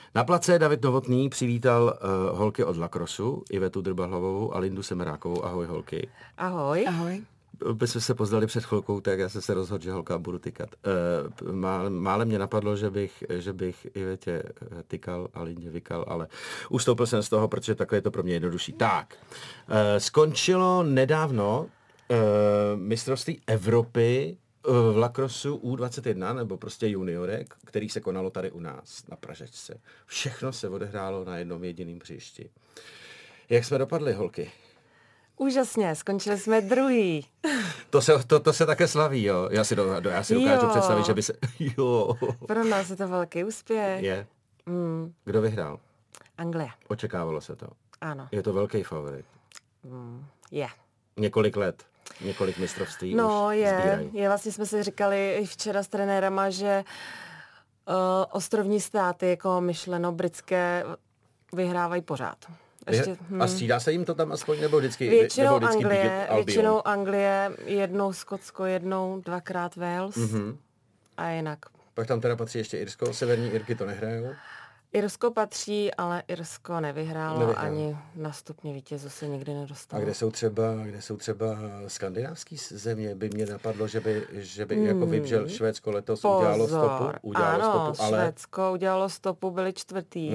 Na place David Novotný přivítal holky od Lacrossu, Ivetu Drbahlavovou a Lindu Semerákovou. Ahoj, holky. Ahoj. Ahoj. My jsme se poznali před chvilkou, tak já jsem se rozhodl, že holka budu tykat. Málem mě napadlo, že bych Ivetě tykal a Lindě vykal, ale ustoupil jsem z toho, protože takhle je to pro mě jednodušší. Tak, skončilo nedávno mistrovství Evropy v lacrossu U21, nebo prostě juniorek, který se konalo tady u nás na Pražečce. Všechno se odehrálo na jednom jediném příšti. Jak jsme dopadli, holky? Úžasně, skončili jsme druhý. To se také slaví, jo. Já si dokážu představit, že by se... Jo. Pro nás je to velký úspěch. Je. Kdo vyhrál? Anglie. Očekávalo se to. Ano. Je to velký favorit. Je. Několik let, několik mistrovství No už je. sbírají. Je, vlastně jsme si říkali i včera s trenérama, že ostrovní státy, jako myšleno britské, vyhrávají pořád. A střídá se jim to tam aspoň, nebo vždycky Většinou Anglie, jednou Skotsko, jednou, dvakrát Wales a jinak. Pak tam teda patří ještě Irsko, severní Irky to nehrajou. Irsko patří, ale Irsko nevyhrálo. Ani na stupně vítězů se nikdy nedostalo. A kde jsou třeba skandinávský země? By mě napadlo, že by jako vybřel Švédsko letos udělalo stopu. Ale Švédsko udělalo stopu, byli čtvrtý.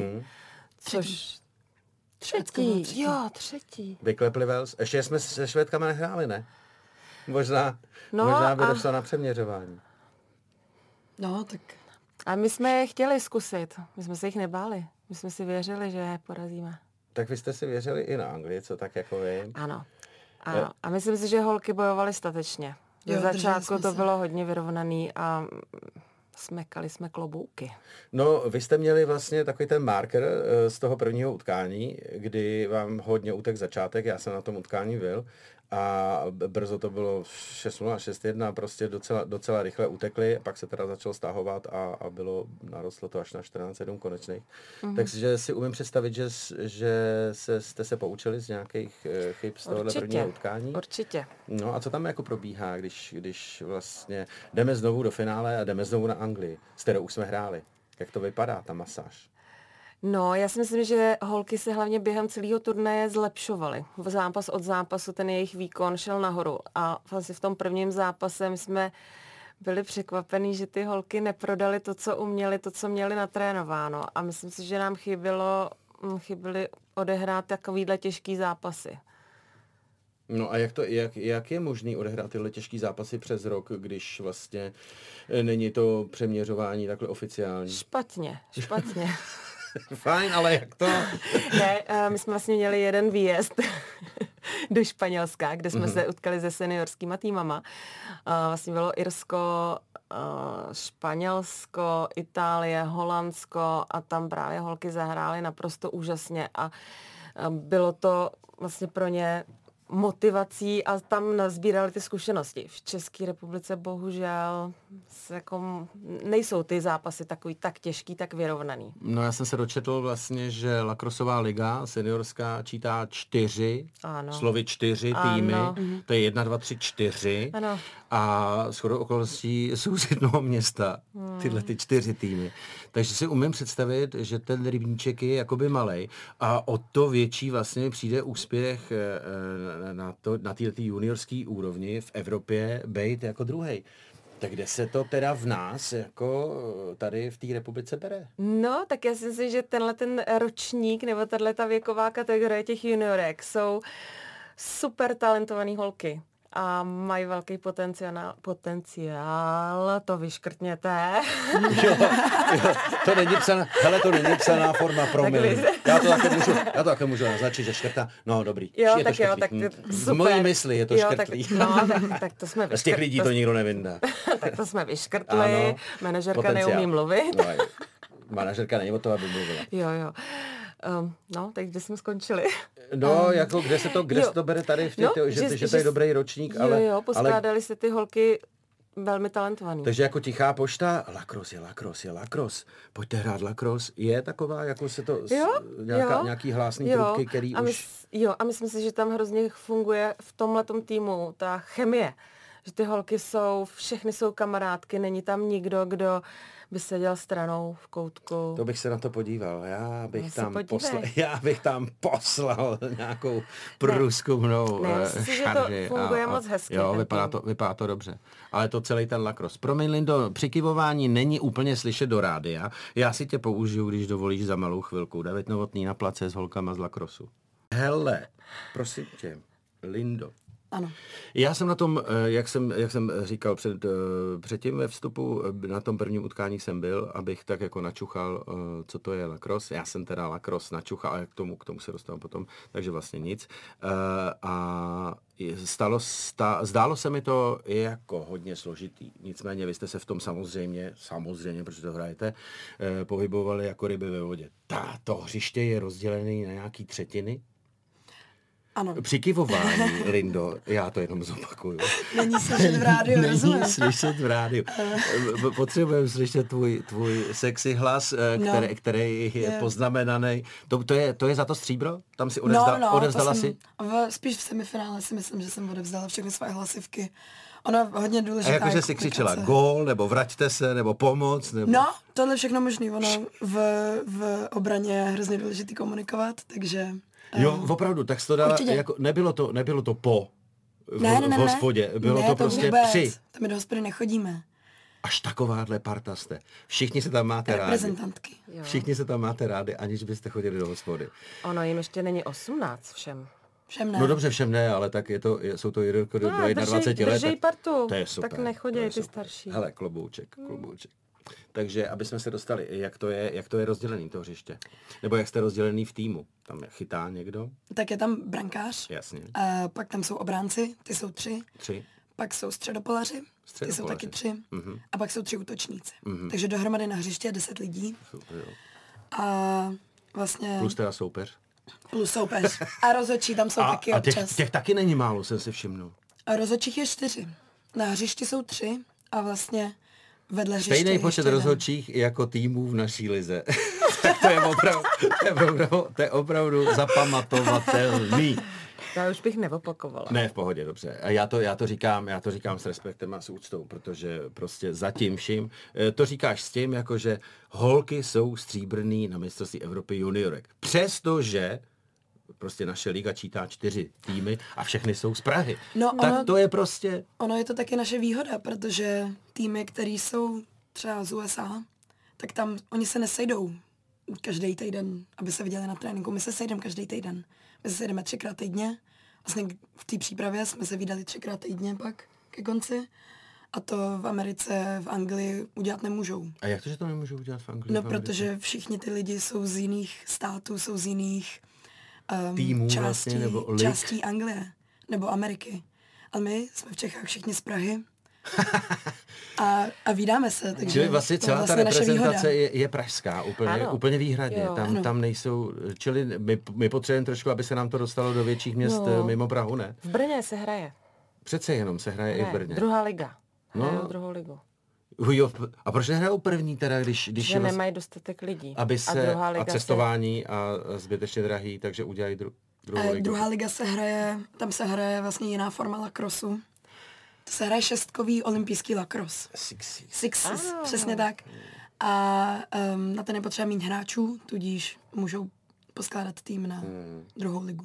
Třetí. Vyklepli Wales. Ještě jsme se Švédkama nehráli, ne? Možná by došlo na přeměřování. No, tak... A my jsme je chtěli zkusit. My jsme se jich nebáli. My jsme si věřili, že je porazíme. Tak vy jste si věřili i na Anglii, co tak jako vím. Ano. A myslím si, že holky bojovaly statečně. Ze začátku to bylo hodně vyrovnaný a smekali jsme klobouky. No, vy jste měli vlastně takový ten marker z toho prvního utkání, kdy vám hodně utek začátek, já jsem na tom utkání byl a brzo to bylo 6-0, 6-1, prostě docela rychle utekli, pak se teda začalo stahovat a narostlo to až na 14-7 konečných. Takže si umím představit, že jste se poučili z nějakých chyb z tohohle prvního utkání. Určitě. No a co tam jako probíhá, když vlastně jdeme znovu do finále a jdeme znovu na Anglii, s kterou už jsme hráli. Jak to vypadá, ta masáž? No, já si myslím, že holky se hlavně během celého turnaje zlepšovaly. Zápas od zápasu ten jejich výkon šel nahoru. A vlastně v tom prvním zápase jsme byli překvapení, že ty holky neprodaly to, co uměly, to, co měly natrénováno. A myslím si, že nám chyběly odehrát takovýhle těžký zápasy. No a jak je možný odehrát tyhle těžký zápasy přes rok, když vlastně není to přeměřování takhle oficiální? Špatně. Fajn, ale jak to? Ne, my jsme vlastně měli jeden výjezd do Španělska, kde jsme se utkali se seniorskýma týmama. Vlastně bylo Irsko, Španělsko, Itálie, Holandsko a tam právě holky zahrály naprosto úžasně a bylo to vlastně pro ně motivací a tam nazbírali ty zkušenosti. V České republice bohužel nejsou ty zápasy takový tak těžký, tak vyrovnaný. No já jsem se dočetl vlastně, že lacrossová liga seniorská čítá 4, slovy 4 týmy, to je 1, 2, 3, 4 ano. A shodou okolností jsou z jednoho města tyhle ty 4 týmy. Takže si umím představit, že ten rybníček je jakoby malej a o to větší vlastně přijde úspěch na této juniorské úrovni v Evropě bejt jako druhej. Tak kde se to teda v nás, jako tady v té republice bere? No, tak já si myslím, že tenhle ten ročník nebo tato věková kategorie těch juniorek jsou super talentovaný holky. A mají velký potenciál, to vyškrtněte. Jo, to není psaná forma promily. Já to také můžu naznačit, že škrtá. No, dobrý. Jo, je tak to jo, tak v mojí mysli je to škrtlý. Tak to jsme vyškrtli. Z těch lidí to nikdo nevyndá. Tak to jsme vyškrtli. Manažerka neumí mluvit. No, manažerka není o to, aby mluvila. Jo. No, tak kde jsme skončili? No, jako kde se to bere tady v těch, že to je dobrý ročník, ale... Jo, poskládali se ty holky velmi talentovaný. Takže jako tichá pošta, lacrosse, pojďte hrát lacrosse, je taková, jako se to, nějaký hlásný trubky, který a myslím si, že tam hrozně funguje v tomhletom týmu ta chemie, že ty holky všechny jsou kamarádky, není tam nikdo, kdo by seděl stranou v koutku. To bych se na to podíval. Já bych tam poslal nějakou průzkumnou šarži. Že to funguje moc hezky. Jo, vypadá to dobře. Ale to celý ten lacrosse. Promiň, Lindo, přikyvování není úplně slyšet do rádia. Já si tě použiju, když dovolíš za malou chvilku. David Novotný na place s holkama z lacrossu. Hele, prosím tě, Lindo. Ano. Já jsem na tom, jak jsem říkal předtím ve vstupu, na tom prvním utkání jsem byl, abych tak jako načuchal, co to je lacrosse. Já jsem teda lacrosse načuchal, ale k tomu se dostanu potom, takže vlastně nic. A zdálo se mi to jako hodně složitý. Nicméně vy jste se v tom samozřejmě, protože to hrajete, pohybovali jako ryby ve vodě. To hřiště je rozdělené na nějaký třetiny. Ano. Přikyvování, Lindo, já to jenom zopakuju. Není slyšet v rádiu, rozumím. Není slyšet v rádiu. Potřebujeme slyšet tvůj sexy hlas, který je poznamenaný. To je za to stříbro? Tam si odevzdala si? Spíš v semifinále si myslím, že jsem odevzdala všechny své hlasivky. Ona je hodně důležitá. A jakože si křičela gól, nebo vraťte se, nebo pomoc, nebo... No, tohle všechno možný. Ono v obraně je hrozně důležitý komunikovat, takže... Jo, opravdu, tak jsi to dala, jako, nebylo to po v hospodě, bylo to prostě vůbec. Při. Tam my do hospody nechodíme. Až takováhle parta jste. Všichni se tam máte rádi. Reprezentantky. Jo. Všichni se tam máte rádi, aniž byste chodili do hospody. Ono jim ještě není 18 všem. Všem ne. No dobře, všem ne, ale tak jsou to do 21 let. Držej partu, to je super, tak nechoděj ty starší. Hele, klobouček. Takže, aby jsme se dostali, jak to je rozdělený to hřiště? Nebo jak jste rozdělený v týmu? Tam chytá někdo? Tak je tam brankář. Jasně. Pak tam jsou obránci, ty jsou 3. Pak jsou středopolaři, ty jsou taky 3. Mm-hmm. A pak jsou 3 útočníci. Mm-hmm. Takže dohromady na hřiště je 10 lidí. Super, jo. A vlastně... Plus teda soupeř. Plus soupeř. A rozhodčí tam jsou taky občas. Těch taky není málo, jsem si všimnul. A rozhodčích je 4. Na hřišti jsou 3 a vlastně vedle hřiště stejný počet rozhodčích jako týmů v naší lize. to je opravdu zapamatovatelný. Já už bych neopakovala. Ne, v pohodě, dobře. A já to říkám s respektem a s úctou, protože prostě zatím vším, to říkáš s tím, jako že holky jsou stříbrný na mistrovství Evropy juniorek. Přestože prostě naše liga čítá 4 týmy a všechny jsou z Prahy. No, tak to je prostě... Ono je to taky naše výhoda, protože týmy, které jsou třeba z USA, tak tam oni se nesejdou každý týden, aby se viděli na tréninku. My se sejdeme každý týden. My se sejdeme 3krát týdně. Vlastně v té přípravě jsme se vydali 3krát týdně pak ke konci. A to v Americe, v Anglii udělat nemůžou. A jak to, že to nemůžou udělat v Anglii? No, protože všichni ty lidi jsou z jiných států, jsou z jiných týmů částí Anglie nebo Ameriky. Ale my jsme v Čechách všichni z Prahy a vídáme se. Takže čili vlastně celá ta reprezentace je pražská, úplně výhradně. Tam nejsou, čili my potřebujeme trošku, aby se nám to dostalo do větších měst mimo Prahu, ne? V Brně se hraje. Přece jenom se hraje i v Brně. Druhá liga. Hrajou druhou ligu. Jo, a proč nehrajou první teda, když že nemají dostatek lidí. Aby se, a cestování a zbytečně drahý, takže udělají druhou ligu. Druhá liga tam se hraje vlastně jiná forma lacrossu. To se hraje 6kový olympijský lacrosse. Sixes, přesně tak. A na ten je potřeba mít hráčů, tudíž můžou poskládat tým na druhou ligu.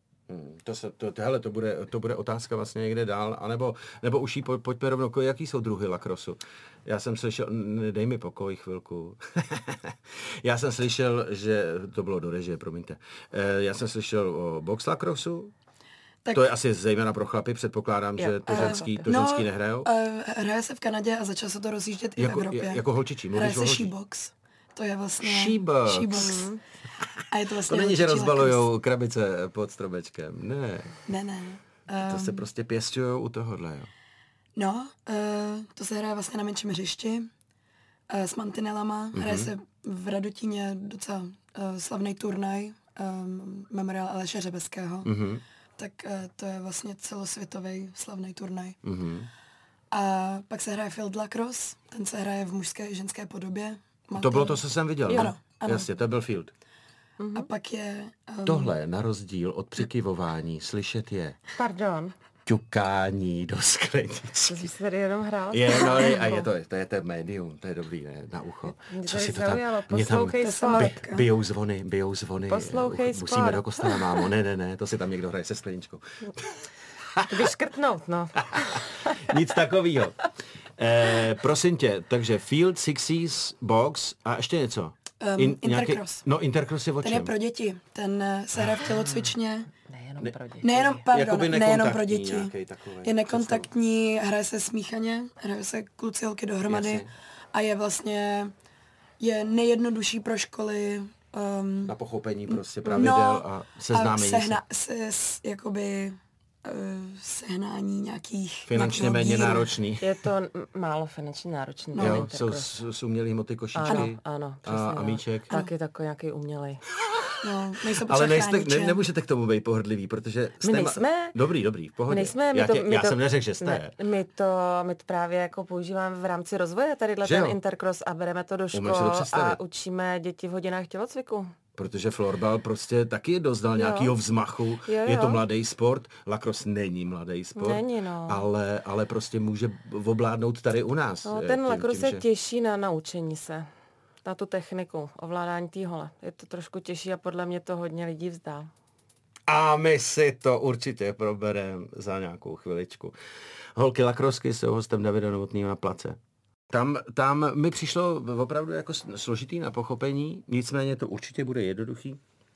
To bude otázka vlastně někde dál, nebo už jí pojďme rovnou, jaký jsou druhy lacrossu. Já jsem slyšel, dej mi pokoj chvilku. Já jsem slyšel, že, to bylo do režie, promiňte. Já jsem slyšel o box lacrossu. Tak, to je asi zejména pro chlapy, předpokládám, že to ženský nehrajou. Hraje se v Kanadě a začalo se to rozjíždět i v Evropě. Jako holčičí. Hraje se she-box. To je vlastně... She-box. A je to vlastně to není, že rozbalujou krabice pod stromečkem. Ne. To se prostě pěstujou u tohohle, jo. No, to se hraje vlastně na menším hřišti s mantinelama. Hraje se v Radotíně docela slavný turnaj Memoriál Aleše Řebeského. Tak to je vlastně celosvětový slavný turnaj. A pak se hraje field lacrosse, ten se hraje v mužské i ženské podobě. To bylo to, co jsem viděl, ano. Jasně, to byl field. A pak je... Tohle, na rozdíl od přikyvování, slyšet je. Pardon. ťukání do skleničky. To jsi tady jenom hrál? A je to médium, to je dobrý, ne, na ucho. Mě Co tady si to tam, zaujalo, mě tam poslouchej sport. bijou zvony. Poslouchej Musíme sport. do kostela, mámo, ne, to si tam někdo hraje se skleničkou. To bych škrtnout, no. Nic takového. Prosím tě, takže Field, Sixties, Box a ještě něco. Intercross. Intercross je o čem? Ten je pro děti. Ten se hraje v tělocvičně. Nejenom pro děti. Nejenom pro děti. Takovej, je nekontaktní, hraje se smíchaně, hraje se kluci holky dohromady. Jasně. A je vlastně nejjednodušší pro školy. Na pochopení prostě pravidel a seznámení jakoby sehnání nějakých... Finančně méně náročný. Je to málo finančně náročný. Jo, jsou z umělý hmoty košíčky ano, a míček. Taky takový nějaký umělej. No, ale nemůžete k tomu být pohrdliví, protože my nejsme. Dobrý, v pohodě. Já jsem neřekl, že jste. Ne, my to právě jako používáme v rámci rozvoje tadyhle ten intercross a bereme to do škol a učíme děti v hodinách tělocviku. Protože florbal prostě taky doznal nějakého vzmachu. Jo. Je to mladý sport. Lacrosse není mladý sport. Není, no. Ale prostě může ovládnout tady u nás. No, ten lacrosse je těžší na naučení se. Na tu techniku, ovládání té hole. Je to trošku těžší a podle mě to hodně lidí vzdá. A my si to určitě probereme za nějakou chviličku. Holky lacrossky jsou hostem Davida Novotnýho na place. Tam mi přišlo opravdu jako složitý na pochopení, nicméně to určitě bude jednoduchý.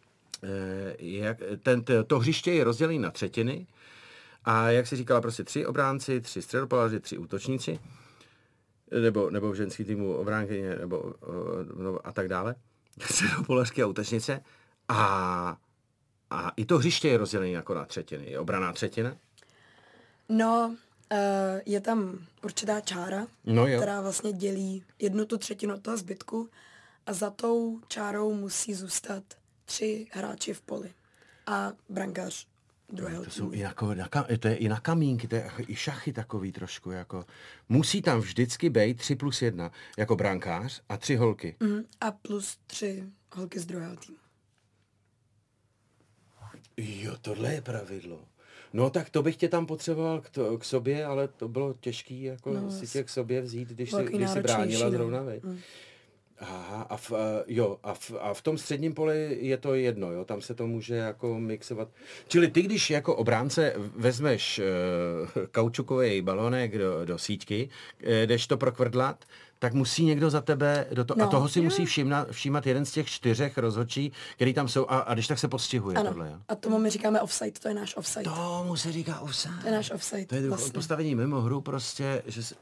To hřiště je rozdělené na třetiny a jak si říkala, prostě 3 obránci, 3 středopolaři, 3 útočníci, nebo v ženský týmu obránkyně, nebo a tak dále. Středopolařky a útočnice. A i to hřiště je rozdělené jako na třetiny. Je obranná třetina? No, je tam určitá čára, která vlastně dělí 1/3 od toho zbytku a za tou čárou musí zůstat 3 hráči v poli a brankář druhého týmu. To je i na kamínky, to je i šachy takový trošku, jako musí tam vždycky být 3+1 jako brankář a 3 holky. A plus 3 holky z druhého týmu. Jo, tohle je pravidlo. No tak to bych tě tam potřeboval k sobě, ale to bylo těžký jako si tě k sobě vzít, když si bránila zrovna, Aha, a v tom středním poli je to jedno, jo? Tam se to může jako mixovat. Čili ty, když jako obránce vezmeš kaučukový balónek do síťky, jdeš to prokvrdlat, tak musí někdo za tebe a toho si musí všímat jeden z těch 4 rozhodčí, který tam jsou a když tak se postihuje tohle. Jo? A tomu my říkáme offside, to je náš offside. Tomu se říká offside. To je náš offside. To je vlastně. postavení mimo hru prostě, že se...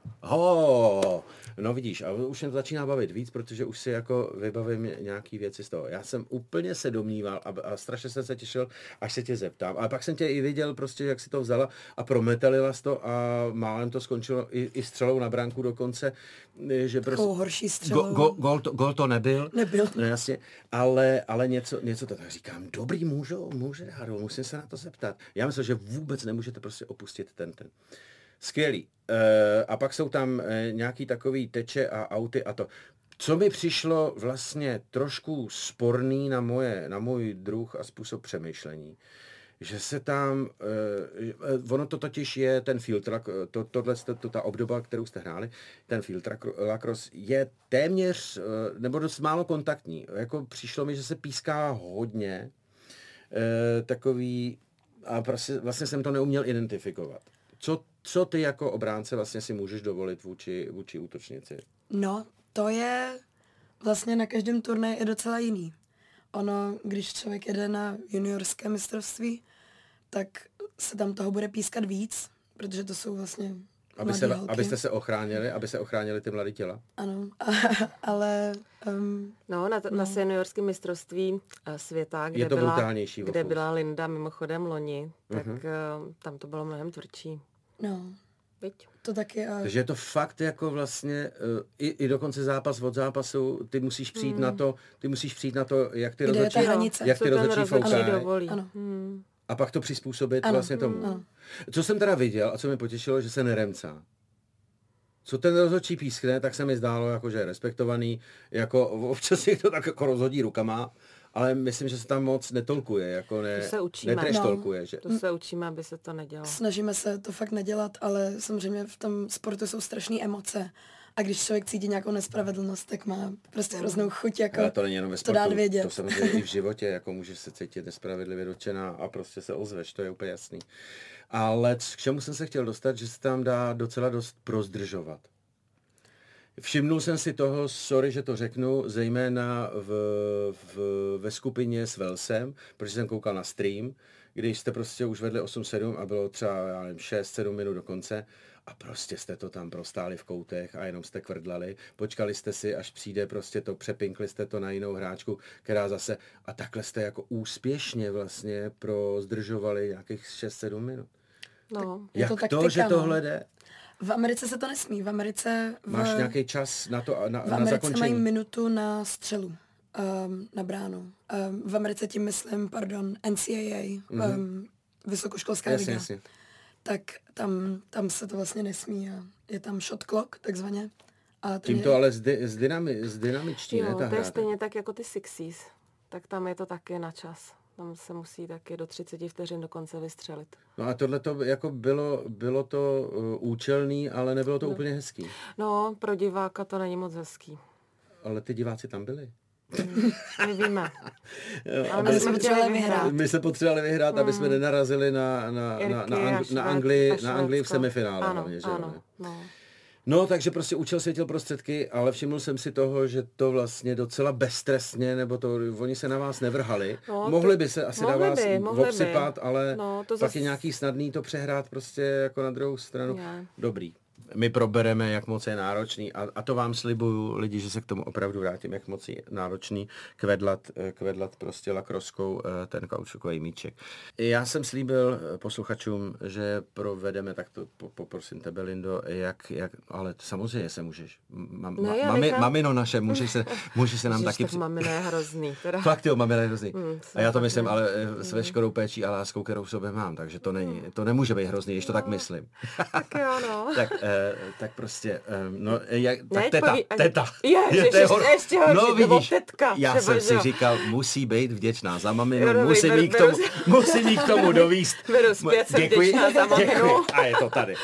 No vidíš, a už mě to začíná bavit víc, protože už si jako vybavím nějaký věci z toho. Já jsem úplně se domníval a strašně jsem se těšil, až se tě zeptám. Ale pak jsem tě i viděl prostě, jak si to vzala a prometalila jsi to a málem to skončilo i střelou na branku dokonce. Že prostě horší střelou. Gol to nebyl. No jasně, ale něco to tak říkám. Dobrý, může dát, musím se na to zeptat. Já myslím, že vůbec nemůžete prostě opustit ten. Skvělý. A pak jsou tam nějaký takový teče a auty a to. Co mi přišlo vlastně trošku sporný na můj druh a způsob přemýšlení, že se tam, ono to totiž je ten field ta obdoba, kterou jste hráli, ten field lacrosse je téměř, nebo dost málo kontaktní. Jako přišlo mi, že se píská hodně takový, a vlastně jsem to neuměl identifikovat. Co ty jako obránce vlastně si můžeš dovolit vůči útočnici? No, to je vlastně na každém turnaji je docela jiný. Ono, když člověk jede na juniorské mistrovství, tak se tam toho bude pískat víc, protože to jsou vlastně abyste se ochránili, aby se ochránili ty mladé těla? Ano, ale... Na seniorském mistrovství světa, kde byla Linda mimochodem loni, tak tam to bylo mnohem tvrdší. No. Byť. To taky. Takže je to fakt jako vlastně i dokonce zápas od zápasu, ty musíš přijít na to, jak ty rozhodčí foukají. A pak to přizpůsobit vlastně tomu. Ano. Co jsem teda viděl a co mi potěšilo, že se neremcá. Co ten rozhodčí pískne, tak se mi zdálo, jako, že je respektovaný, jako občas si to tak jako rozhodí rukama ale myslím, že se tam moc netolkuje, jako netreštolkuje, že? To se učíme, aby se to nedělalo. Snažíme se to fakt nedělat, ale samozřejmě v tom sportu jsou strašné emoce. A když člověk cítí nějakou nespravedlnost, tak má prostě hroznou chuť jako ale to není jenom ve sportu, to dát vědět. To samozřejmě i v životě, jako můžeš se cítit nespravedlivě dotčená a prostě se ozveš, to je úplně jasný. Ale k čemu jsem se chtěl dostat, že se tam dá docela dost prozdržovat. Všimnul jsem si toho, sorry, že to řeknu, zejména ve skupině s Velsem, protože jsem koukal na stream, když jste prostě už vedli 8-7 a bylo třeba, já nevím, 6-7 minut do konce a prostě jste to tam prostáli v koutech a jenom jste kvrdlali, počkali jste si, až přijde prostě to, přepinkli jste to na jinou hráčku, která zase, a takhle jste jako úspěšně vlastně prozdržovali nějakých 6-7 minut. No, jak to to, taktika, že tohle jde? V Americe se to nesmí. V Americe... Máš nějaký čas na to, na Americe zakončení? mají minutu na střelu, na bránu. V Americe tím myslím, NCAA, vysokoškolská liga. Jasně. Tak tam se to vlastně nesmí a je tam shot clock, takzvaně. A Tím to ale zdynamičtí, ne, ta to je hra. stejně tak jako ty Sixties. Tak tam je to taky na čas. Tam se musí taky do 30 vteřin dokonce vystřelit. No a tohle to jako bylo to účelný, ale nebylo to úplně hezký. No, pro diváka to není moc hezký. Ale ty diváci tam byli. My víme. Ale my jsme chtěli vyhrát. My se potřebovali vyhrát, aby jsme nenarazili na Anglii v semifinále. Ano, hlavně, že ano. No, takže prostě účel světil prostředky, ale všiml jsem si toho, že to vlastně docela beztrestně, nebo to, oni se na vás nevrhali. No, mohli by se asi na vás obsypat, ale to pak je nějaký snadný to přehrát prostě jako na druhou stranu. Je. Dobrý. My probereme, jak moc je náročný a to vám slibuju, lidi, že se k tomu opravdu vrátím, jak moc je náročný kvedlat prostě lakroskou ten kaučukový míček. Já jsem slíbil posluchačům, že provedeme, tak to poprosím tebe, Lindo, ale samozřejmě se můžeš. Mamino naše, může se nám taky... Mamino je hrozný. Teda. Fakt jo, mamino je hrozný. A já to myslím, ale s veškerou péčí a láskou, kterou v sobě mám, takže to nemůže být hrozný, když to tak myslím. Tak jo, no. Tak prostě, teta. Ještě horší, nebo tetka. Já jsem si říkal, musí být vděčná za maminu, musí jí k tomu dovíst. Děkuji. A je to tady.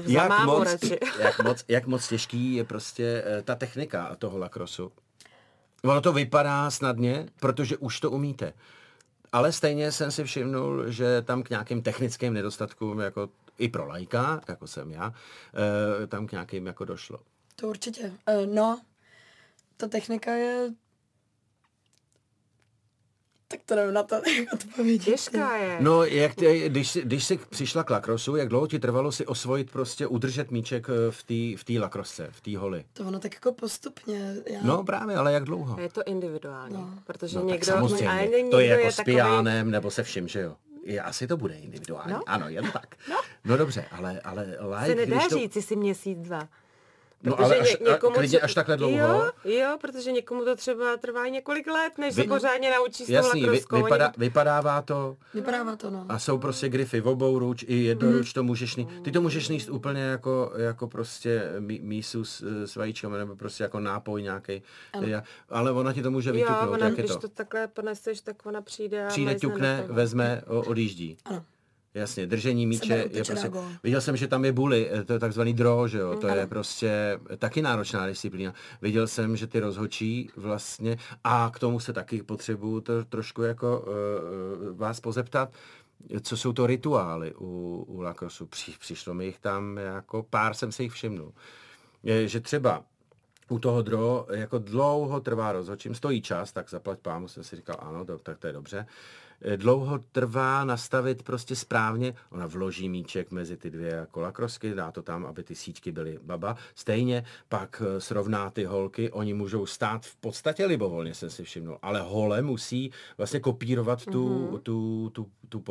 Jak moc těžký je prostě ta technika toho lakrosu. Ono to vypadá snadně, protože už to umíte. Ale stejně jsem si všimnul, že tam k nějakým technickým nedostatkům, jako i pro laika, jako jsem já, tam k nějakým jako došlo. To určitě. Ta technika je... Tak to nevím na to odpovědět. Těžká je. No, když jsi přišla k lakrosu, jak dlouho ti trvalo si osvojit prostě, udržet míček v té lakrosce, v té holi? To ono tak jako postupně. No právě, ale jak dlouho? Je to individuální, protože někdo... Tak samozřejmě, to je jako s pijánem, nebo se vším, že jo? Asi to bude individuální. No? Ano, jen tak. No dobře, ale like, se nedá říct, si měsíc, 2. No ale klidně až takhle dlouho? Jo, protože někomu to třeba trvá několik let, než se pořádně naučí s tou lakroskou. Vypadává to. Vypadává to, no. A jsou prostě grify v obou ruč, i jednoruč to můžeš níst. Ty to můžeš níst úplně jako prostě mísu s vajíčkami, nebo prostě jako nápoj nějaký. Ale ona ti to může vyťuknout, ona, jak je když to. to takhle poneseš, tak ona přijde a ťukne, vezme, odjíždí. Ano. Jasně, držení míče je prostě... Viděl jsem, že tam je bully, to je takzvaný draw, že jo, to je prostě taky náročná disciplína. Viděl jsem, že ty rozhodčí vlastně, a k tomu se taky potřebuju trošku jako vás pozeptat, co jsou to rituály u lakrosu. Přišlo mi jich tam jako pár, jsem si jich všimnul. Že třeba u toho draw jako dlouho trvá rozhodčím, stojí čas, tak zaplať pámu, jsem si říkal, ano, tak to je dobře. Dlouho trvá nastavit prostě správně, ona vloží míček mezi ty dvě jako lakrosky, dá to tam, aby ty síťky byly baba. Stejně pak srovná ty holky, oni můžou stát v podstatě libovolně, jsem si všimnul, ale hole musí vlastně kopírovat tu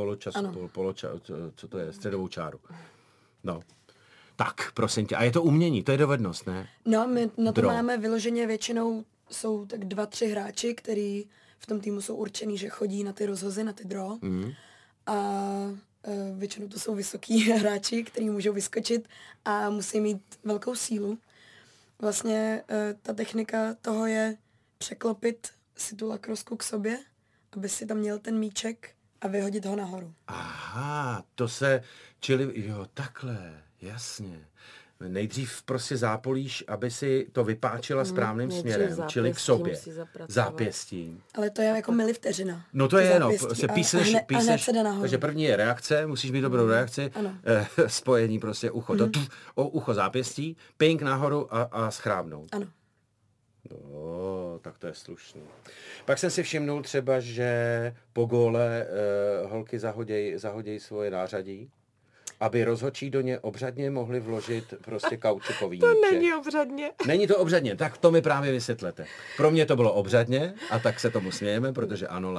co to je, středovou čáru. No. Tak, prosím tě. A je to umění, to je dovednost, ne? No, my na to máme vyloženě většinou, jsou tak 2-3 hráči, který v tom týmu jsou určený, že chodí na ty rozhozy, na ty draw. A většinou to jsou vysoký hráči, kteří můžou vyskočit a musí mít velkou sílu. Vlastně ta technika toho je překlopit si tu lakrosku k sobě aby si tam měl ten míček a vyhodit ho nahoru. Aha, čili jo, takhle, jasně. Nejdřív prostě zápolíš, aby si to vypáčila správným směrem, čili k sobě, zápěstím. Ale to je jako milivteřina. No to je, se písneš, nahoru. Takže první je reakce, musíš mít dobrou reakci, spojení prostě ucho, ucho zápěstí, ping nahoru a schrábnout. Ano. No, tak to je slušný. Pak jsem si všimnul třeba, že po góle holky zahoděj svoje nářadí, aby rozhodčí do ně obřadně mohli vložit prostě kaučukový To míček. není obřadně. Není to obřadně, tak to mi právě vysvětlete. Pro mě to bylo obřadně a tak se tomu smějeme, protože ano,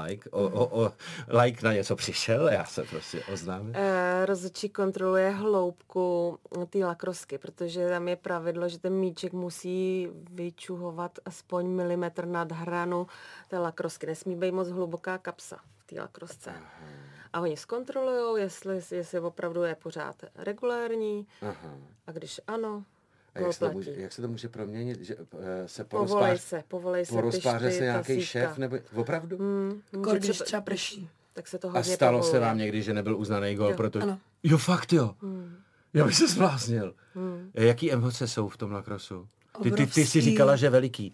like na něco přišel, já se prostě oznámím. Rozhodčí kontroluje hloubku té lakrosky, protože tam je pravidlo, že ten míček musí vyčuhovat aspoň milimetr nad hranu té lakrosky. Nesmí být moc hluboká kapsa v té lakrosce. A oni zkontrolujou, jestli opravdu je pořád regulérní. Aha. A když ano, jak se to může proměnit? Že se povolej se porozpáře se nějaký šéf? Nebo opravdu? Když třeba prší. Tak se to hodně A stalo povoluje. se vám někdy, že nebyl uznaný gól? Ano. Jo, fakt jo. Já bych se zbláznil. Jaký emoce jsou v tom lacrossu? Ty si říkala, že veliký.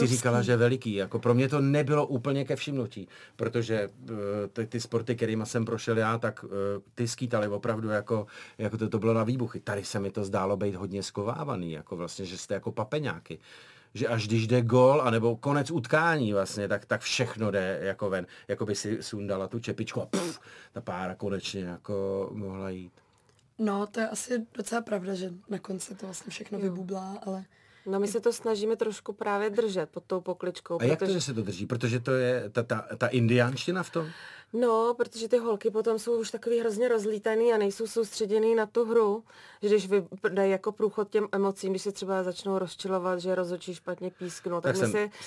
Jako pro mě to nebylo úplně ke všimnutí, protože ty sporty, kterýma jsem prošel já, tak ty skýtaly opravdu jako to bylo na výbuchy. Tady se mi to zdálo být hodně skovávaný, jako vlastně, že jste jako papeňáky. Že až když jde gól, anebo konec utkání vlastně, tak všechno jde jako ven. Jako by si sundala tu čepičku a ta pára konečně jako mohla jít. No, to je asi docela pravda, že na konci to vlastně všechno vybublá, ale... No my se to snažíme trošku právě držet pod tou pokličkou. A jak to, že se to drží? Protože to je ta indiánština v tom? No, protože ty holky potom jsou už takový hrozně rozlítaný a nejsou soustředěný na tu hru, že když dají jako průchod těm emocím, když se třeba začnou rozčilovat, že rozhodčí špatně písknou, tak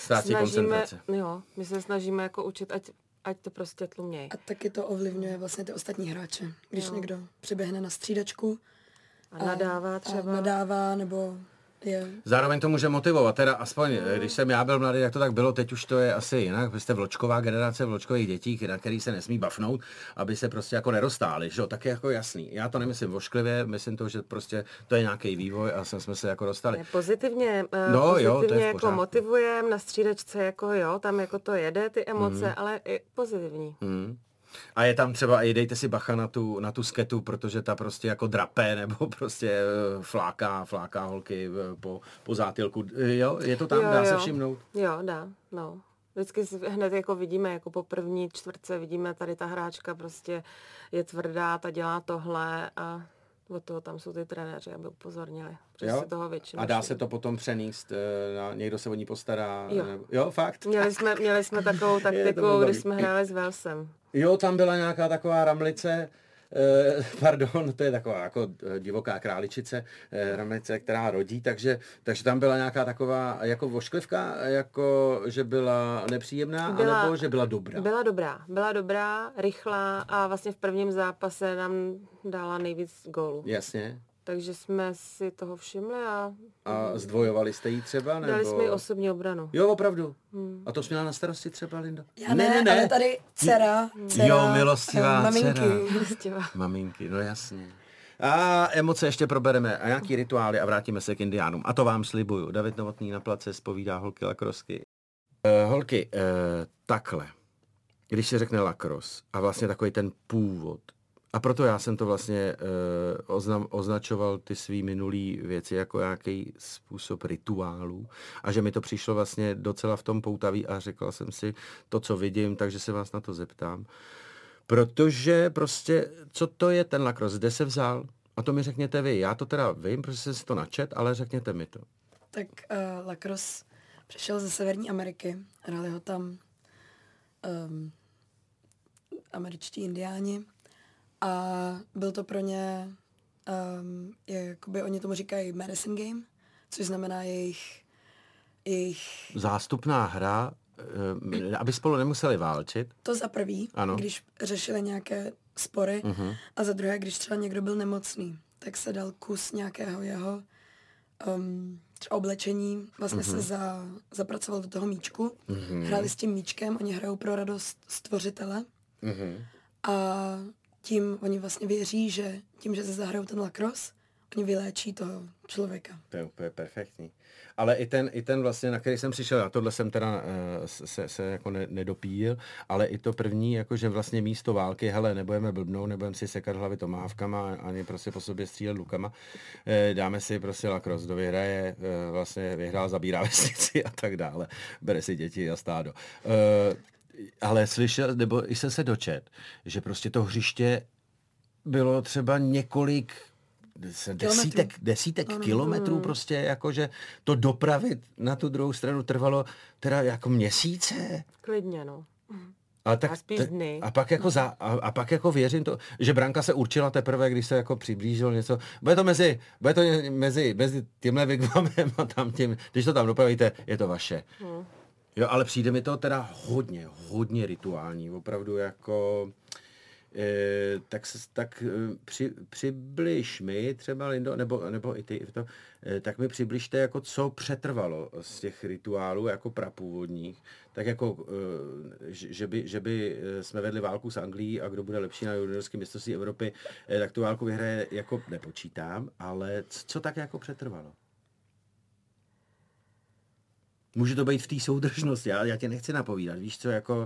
my se snažíme jako učit, ať to prostě tlumějí. A taky to ovlivňuje vlastně ty ostatní hráče. Když někdo přiběhne na střídačku a nadává třeba. Nadává, nebo Zároveň to může motivovat, teda aspoň, když jsem já byl mladý, jak to tak bylo, teď už to je asi jinak, vy jste vločková generace vločkových dětí, na který se nesmí bafnout, aby se prostě jako neroztáli, že jo, tak je jako jasný. Já to nemyslím vošklivě, myslím to, že prostě to je nějaký vývoj a jsme se jako dostali. Pozitivně jako motivujeme na střídačce, jako jo, tam jako to jede, ty emoce, ale i pozitivní. A je tam třeba, i dejte si bacha na tu sketu, protože ta prostě jako drape, nebo prostě fláká holky po zátilku. Jo, je to tam, dá se všimnout? Jo, dá, no. Vždycky hned jako vidíme, jako po první čtvrtce vidíme, tady ta hráčka prostě je tvrdá, ta dělá tohle a od toho tam jsou ty trenéři, aby upozornili. Jo? Toho většinou. A dá se to potom přenést, někdo se o ní postará? Jo, jo fakt? Měli jsme takovou taktiku, když jsme hráli s Walesem. Jo, tam byla nějaká taková ramlice, to je taková jako divoká králičice, ramlice, která rodí, takže tam byla nějaká taková jako vošklivka, jako že byla nepříjemná, anebo že byla dobrá? Byla dobrá, rychlá a vlastně v prvním zápase nám dala nejvíc gólů. Jasně. Takže jsme si toho všimli a zdvojovali jste jí třeba? Nebo... Dali jsme jí osobní obranu. Jo, opravdu. A to jsi měla na starosti třeba, Linda? Já ne, ale tady dcera. Jo, milostivá maminky. Dcera. Maminky, no jasně. A emoce ještě probereme a nějaký rituály a vrátíme se k indiánům. A to vám slibuju. David Novotný na place zpovídá holky lacrosky. Holky, takhle. Když se řekne lacrosse a vlastně takový ten původ, a proto já jsem to vlastně označoval ty svý minulý věci jako nějaký způsob rituálů a že mi to přišlo vlastně docela v tom poutavý a řekl jsem si to, co vidím, takže se vás na to zeptám. Protože prostě, co to je ten lacrosse, kde se vzal? A to mi řekněte vy. Já to teda vím, protože jsem si to načet, ale řekněte mi to. Tak lacrosse přišel ze Severní Ameriky. Hráli ho tam američtí indiáni. A byl to pro ně, jakoby oni tomu říkají medicine game, což znamená jejich... Zástupná hra, aby spolu nemuseli válčit. To za prvý, ano. Když řešili nějaké spory, a za druhé, když třeba někdo byl nemocný, tak se dal kus nějakého jeho třeba oblečení, vlastně se zapracoval do toho míčku, hráli s tím míčkem, oni hrajou pro radost stvořitele a tím oni vlastně věří, že tím, že se zahrajou ten lacrosse, oni vyléčí toho člověka. To je úplně perfektní. Ale i ten vlastně, na který jsem přišel, a tohle jsem teda se jako nedopíjil, ale i to první, jakože vlastně místo války, hele, nebudeme blbnout, nebudeme si sekat hlavy tomahawkama, ani prostě po sobě střílet lukama, dáme si prostě lacrosse, kdo vyhraje, vlastně vyhrál, zabírá vesnici a tak dále, bere si děti a stádo. Ale slyšel, nebo i se dočet, že prostě to hřiště bylo třeba několik desítek kilometrů prostě, jakože to dopravit na tu druhou stranu trvalo teda jako měsíce. Klidně, no. Ale tak, a pak jako věřím to, že branka se určila teprve, když se jako přiblížil něco. Bude to mezi tímhle wigwamem a tam tím, když to tam dopravíte, je to vaše. Jo, ale přijde mi to teda hodně rituální, opravdu jako... přibliž mi třeba, Lindo, nebo i ty, tak mi přibližte, jako co přetrvalo z těch rituálů jako prapůvodních, tak jako, že by jsme vedli válku s Anglií a kdo bude lepší na juniorském mistrovství Evropy, tak tu válku vyhraje, jako nepočítám, ale co tak jako přetrvalo? Může to být v té soudržnosti, já tě nechci napovídat, víš co, jako...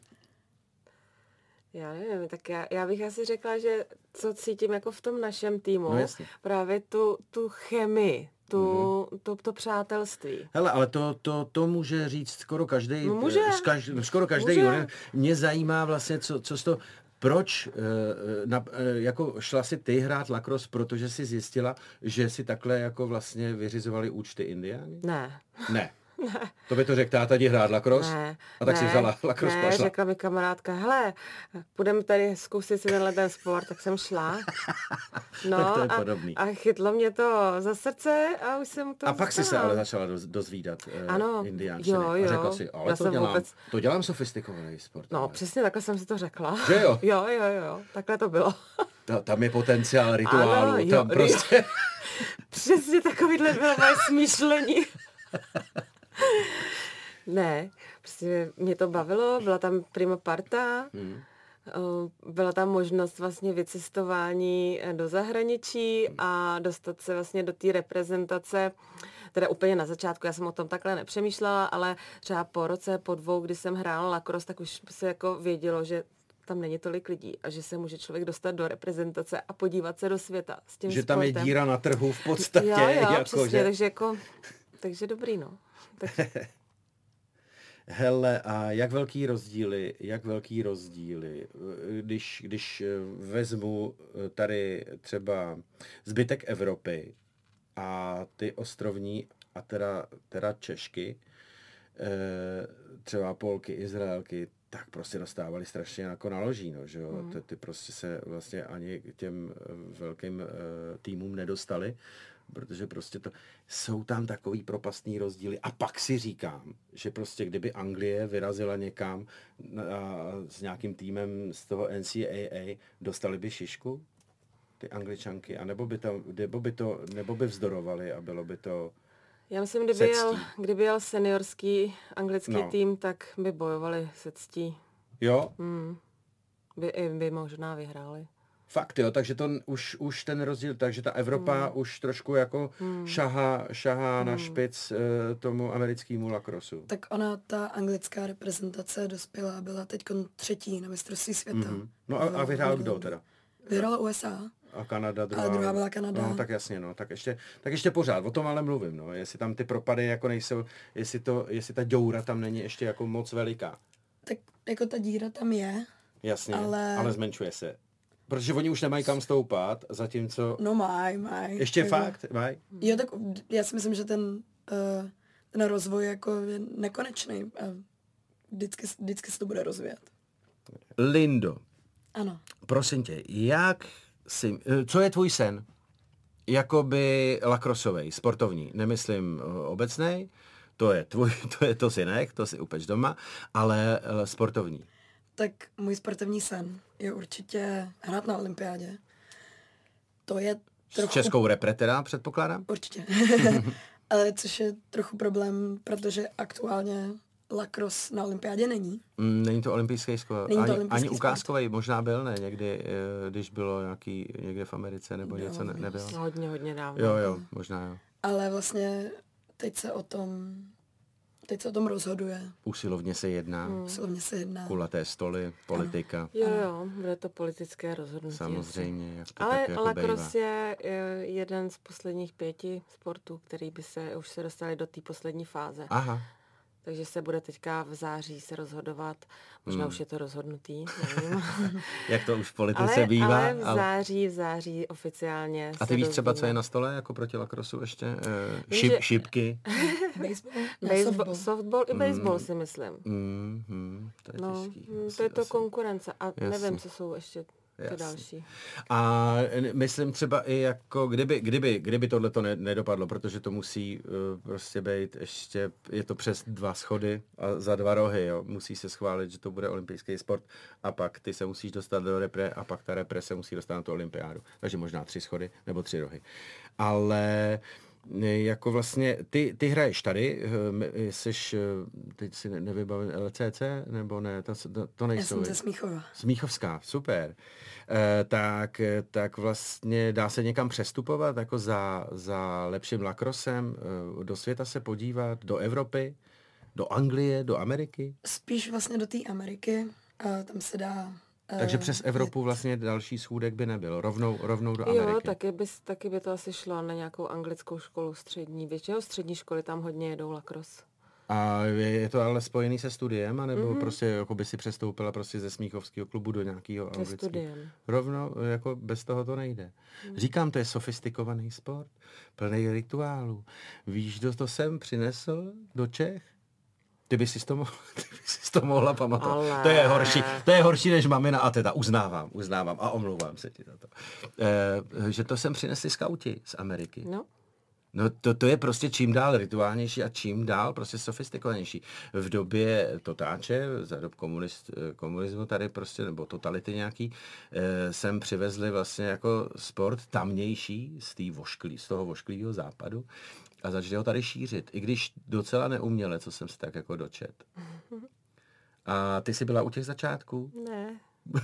Já nevím, tak já bych asi řekla, že co cítím jako v tom našem týmu, no právě tu chemii, to přátelství. Hele, ale to může říct skoro každý, skoro každý. Mě zajímá vlastně, co z toho, proč jako šla si ty hrát lacrosse, protože jsi zjistila, že si takhle jako vlastně vyřizovali účty Indiáni? Ne. To by to řekl táta, jdi hrát lacrosse? Ne, a tak si vzala lacrosse, pašla. Řekla mi kamarádka, hele, půjdeme tady zkusit si ten sport, tak jsem šla. No tak to je podobný. A chytlo mě to za srdce a už jsem to a pak si se ale začala dozvídat indiánštiny. Jo. A řekla si, ale to dělám sofistikovaný sport. No, přesně takhle jsem si to řekla. Že jo? Jo, takhle to bylo. Tam je potenciál rituálu, ano, tam prostě... Přesně takovýhle bylo moje smýšlení. Ne, prostě mě to bavilo, byla tam prima parta, byla tam možnost vlastně vycestování do zahraničí a dostat se vlastně do té reprezentace, teda úplně na začátku, já jsem o tom takhle nepřemýšlela, ale třeba po roce, po 2, kdy jsem hrála lacrosse, tak už se jako vědělo, že tam není tolik lidí a že se může člověk dostat do reprezentace a podívat se do světa s tím že sportem. Tam je díra na trhu v podstatě. Jo, jako, přesně, takže dobrý, no. Hele, a jak velký rozdíly, když vezmu tady třeba zbytek Evropy a ty ostrovní a teda Češky, třeba Polky, Izraelky, tak prostě dostávali strašně jako na loží, no, že jo? Ty prostě se vlastně ani k těm velkým týmům nedostali, protože prostě jsou tam takový propastný rozdíly. A pak si říkám, že prostě kdyby Anglie vyrazila někam s nějakým týmem z toho NCAA, dostali by šišku ty Angličanky, a nebo by vzdorovali a bylo by to já myslím, kdyby jel seniorský anglický tým, tak by bojovali se ctí. Jo? By možná vyhráli. Fakt jo, takže to už ten rozdíl, takže ta Evropa už trošku jako šahá na špic tomu americkému lacrossu. Tak ta anglická reprezentace dospělá byla teď 3. na mistrovství světa. No a vyhrál kdo teda? Vyhrála USA. A Kanada druhá. A druhá byla Kanada. No tak jasně, no. Tak ještě pořád, o tom ale mluvím, no. Jestli tam ty propady jako nejsou, jestli ta děura tam není ještě jako moc veliká. Tak jako ta díra tam je. Jasně, ale zmenšuje se. Protože oni už nemají kam stoupat, zatímco... No mají. Ještě jako... fakt? Mají? Jo, tak já si myslím, že ten rozvoj jako je nekonečný. A vždycky se to bude rozvíjet. Lindo. Ano. Prosím tě, co je tvůj sen? Jakoby lacrossovej, sportovní, nemyslím obecnej, to je to synek, to si upeč doma, ale sportovní. Tak můj sportovní sen je určitě hrát na olympiádě. To je trochu... S českou repre teda, předpokládám? Určitě. Což je trochu problém, protože aktuálně lacrosse na olympiádě není. Není to olympijský sport. Ani ukázkový možná byl, ne? Někdy, když bylo někde v Americe nebo něco nebylo. Hodně dávno. Jo, možná jo. Ale vlastně teď se o tom rozhoduje. Usilovně se jedná. Kulaté stoly, politika. Jo, bude to politické rozhodnutí. Samozřejmě, jak to ale tak jako lacrosse je jeden z posledních 5 sportů, který už se dostali do té poslední fáze. Aha. Takže se bude teďka v září se rozhodovat. Možná už je to rozhodnutý, nevím. Jak to už v politice bývá. Ale v září oficiálně. A ty víš třeba, co je na stole jako proti lacrossu ještě? Šipky? Softball i baseball si myslím. To je těžký. To je to konkurence. A nevím, co jsou ještě ty další. A myslím třeba i jako, kdyby tohleto nedopadlo, protože to musí prostě být ještě, je to přes 2 schody a za 2 rohy, jo. Musí se schválit, že to bude olympijský sport a pak ty se musíš dostat do repre a pak ta repre se musí dostat na tu olympiádu. Takže možná 3 schody nebo 3 rohy. Ale jako vlastně, ty hraješ tady, jsi, teď si nevybavím, LCC, nebo ne, to nejsou. Já jsem ze Smíchova. Smíchovská, super. Tak vlastně dá se někam přestupovat, jako za lepším lacrossem, do světa se podívat, do Evropy, do Anglie, do Ameriky? Spíš vlastně do té Ameriky, tam se dá... Takže přes Evropu vlastně další schůdek by nebyl, rovnou do Ameriky. Jo, taky by to asi šlo na nějakou anglickou školu střední. Většinou střední školy tam hodně jedou lacrosse. A je to ale spojený se studiem, anebo prostě jako by si přestoupila prostě ze smíchovského klubu do nějakého anglického? Studiem. Rovno, jako bez toho to nejde. Říkám, to je sofistikovaný sport, plný rituálů. Víš, kdo to sem přinesl do Čech? Ty bys si to mohla pamatovat. Ale... To je horší než mamina a teta. Uznávám a omlouvám se ti za to. Že to sem přinesli skauti z Ameriky. No to je prostě čím dál rituálnější a čím dál prostě sofistikovanější. V době totáče, za dob komunismu tady prostě, nebo totality nějaký, sem přivezli vlastně jako sport tamnější z toho vošklivého západu a začali ho tady šířit. I když docela neuměle, co jsem si tak jako dočet. A ty jsi byla u těch začátků? Ne.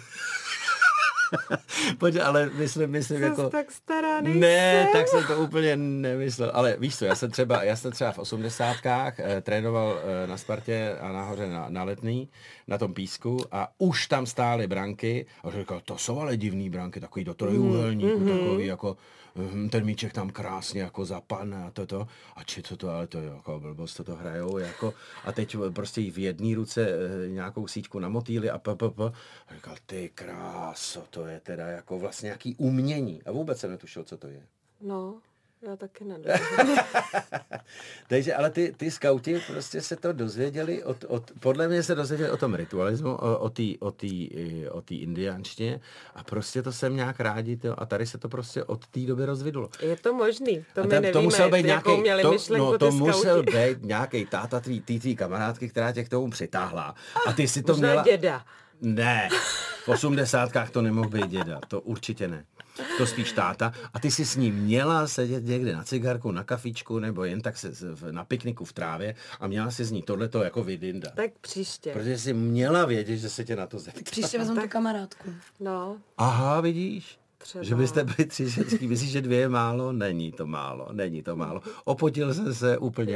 Pojď, ale myslím jako... tak stará nejsem. Ne, tak jsem to úplně nemyslel. Ale víš co, já jsem třeba v 80kách trénoval na Spartě a nahoře na Letný, na tom písku a už tam stály branky a říkal, to jsou ale divný branky, takový do trojúhelníku, takový jako ten míček tam krásně jako zapadne a toto. A či co to, ale to je jako blbost, to hrajou jako a teď prostě v jedné ruce nějakou síťku namotýli a a říkal, ty kráso, to je teda jako vlastně nějaký umění. A vůbec jsem netušil, co to je. No, já taky nevím. Takže, ale ty skauti prostě se to dozvěděli podle mě se dozvěděli o tom ritualismu, o té indiánštině a prostě to jsem nějak rádi, a tady se to prostě od té doby rozvinulo. Je to možný, to my nevíme, to musel být jakou měli myšlenku to musel být nějaký táta tvý kamarádky, která tě k tomu přitáhla. A ty si to měla... děda. Ne, v 80kách to nemohl být děda, to určitě ne. To spíš táta. A ty si s ním měla sedět někde na cigarku, na kafičku, nebo jen tak na pikniku v trávě a měla si z ní tohleto jako vydindat. Tak příště. Protože jsi měla vědět, že se tě na to zeptá. Příště vezmu tu kamarádku. No. Aha, vidíš? Třeba. Že byste byli 3 ženský. Myslíš, že 2 je málo? Není to málo. Opotil jsem se úplně.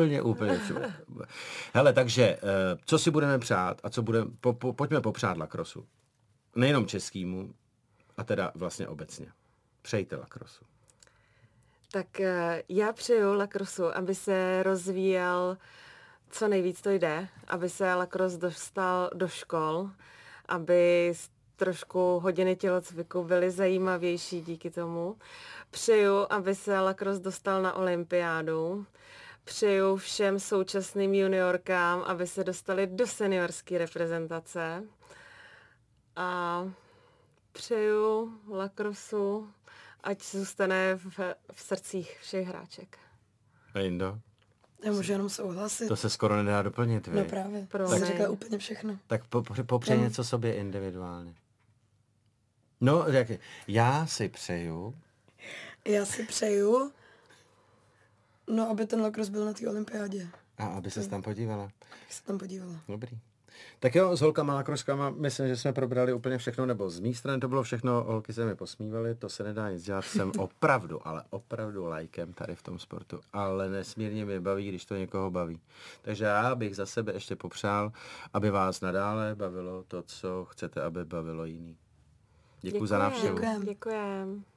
Hele, takže, co si budeme přát a co budeme, pojďme popřát lacrossu. Nejenom českýmu, a teda vlastně obecně. Přejte lacrossu. Tak já přeju lacrossu, aby se rozvíjel co nejvíc to jde, aby se lacrosse dostal do škol, aby trošku hodiny tělocviku byly zajímavější díky tomu. Přeju, aby se lacrosse dostal na olympiádu. Přeju všem současným juniorkám, aby se dostali do seniorské reprezentace. A přeju lacrossu, ať zůstane v srdcích všech hráček. A Jindo? Já můžu jenom souhlasit. To se skoro nedá doplnit, No právě, tak říká úplně všechno. Tak popřej něco sobě individuálně. No, já si přeju, No, aby ten lacrosse byl na té olympiádě. A aby ses tam podívala. Jak se tam podívala. Dobrý. Tak jo, s holkama, lakroskama, myslím, že jsme probrali úplně všechno, nebo z mý strany to bylo všechno, holky se mi posmívaly, to se nedá nic dělat, jsem opravdu, ale opravdu lajkem tady v tom sportu, ale nesmírně mě baví, když to někoho baví. Takže já bych za sebe ještě popřál, aby vás nadále bavilo to, co chcete, aby bavilo jiný. Děkuji za návštěvu. Děkujem.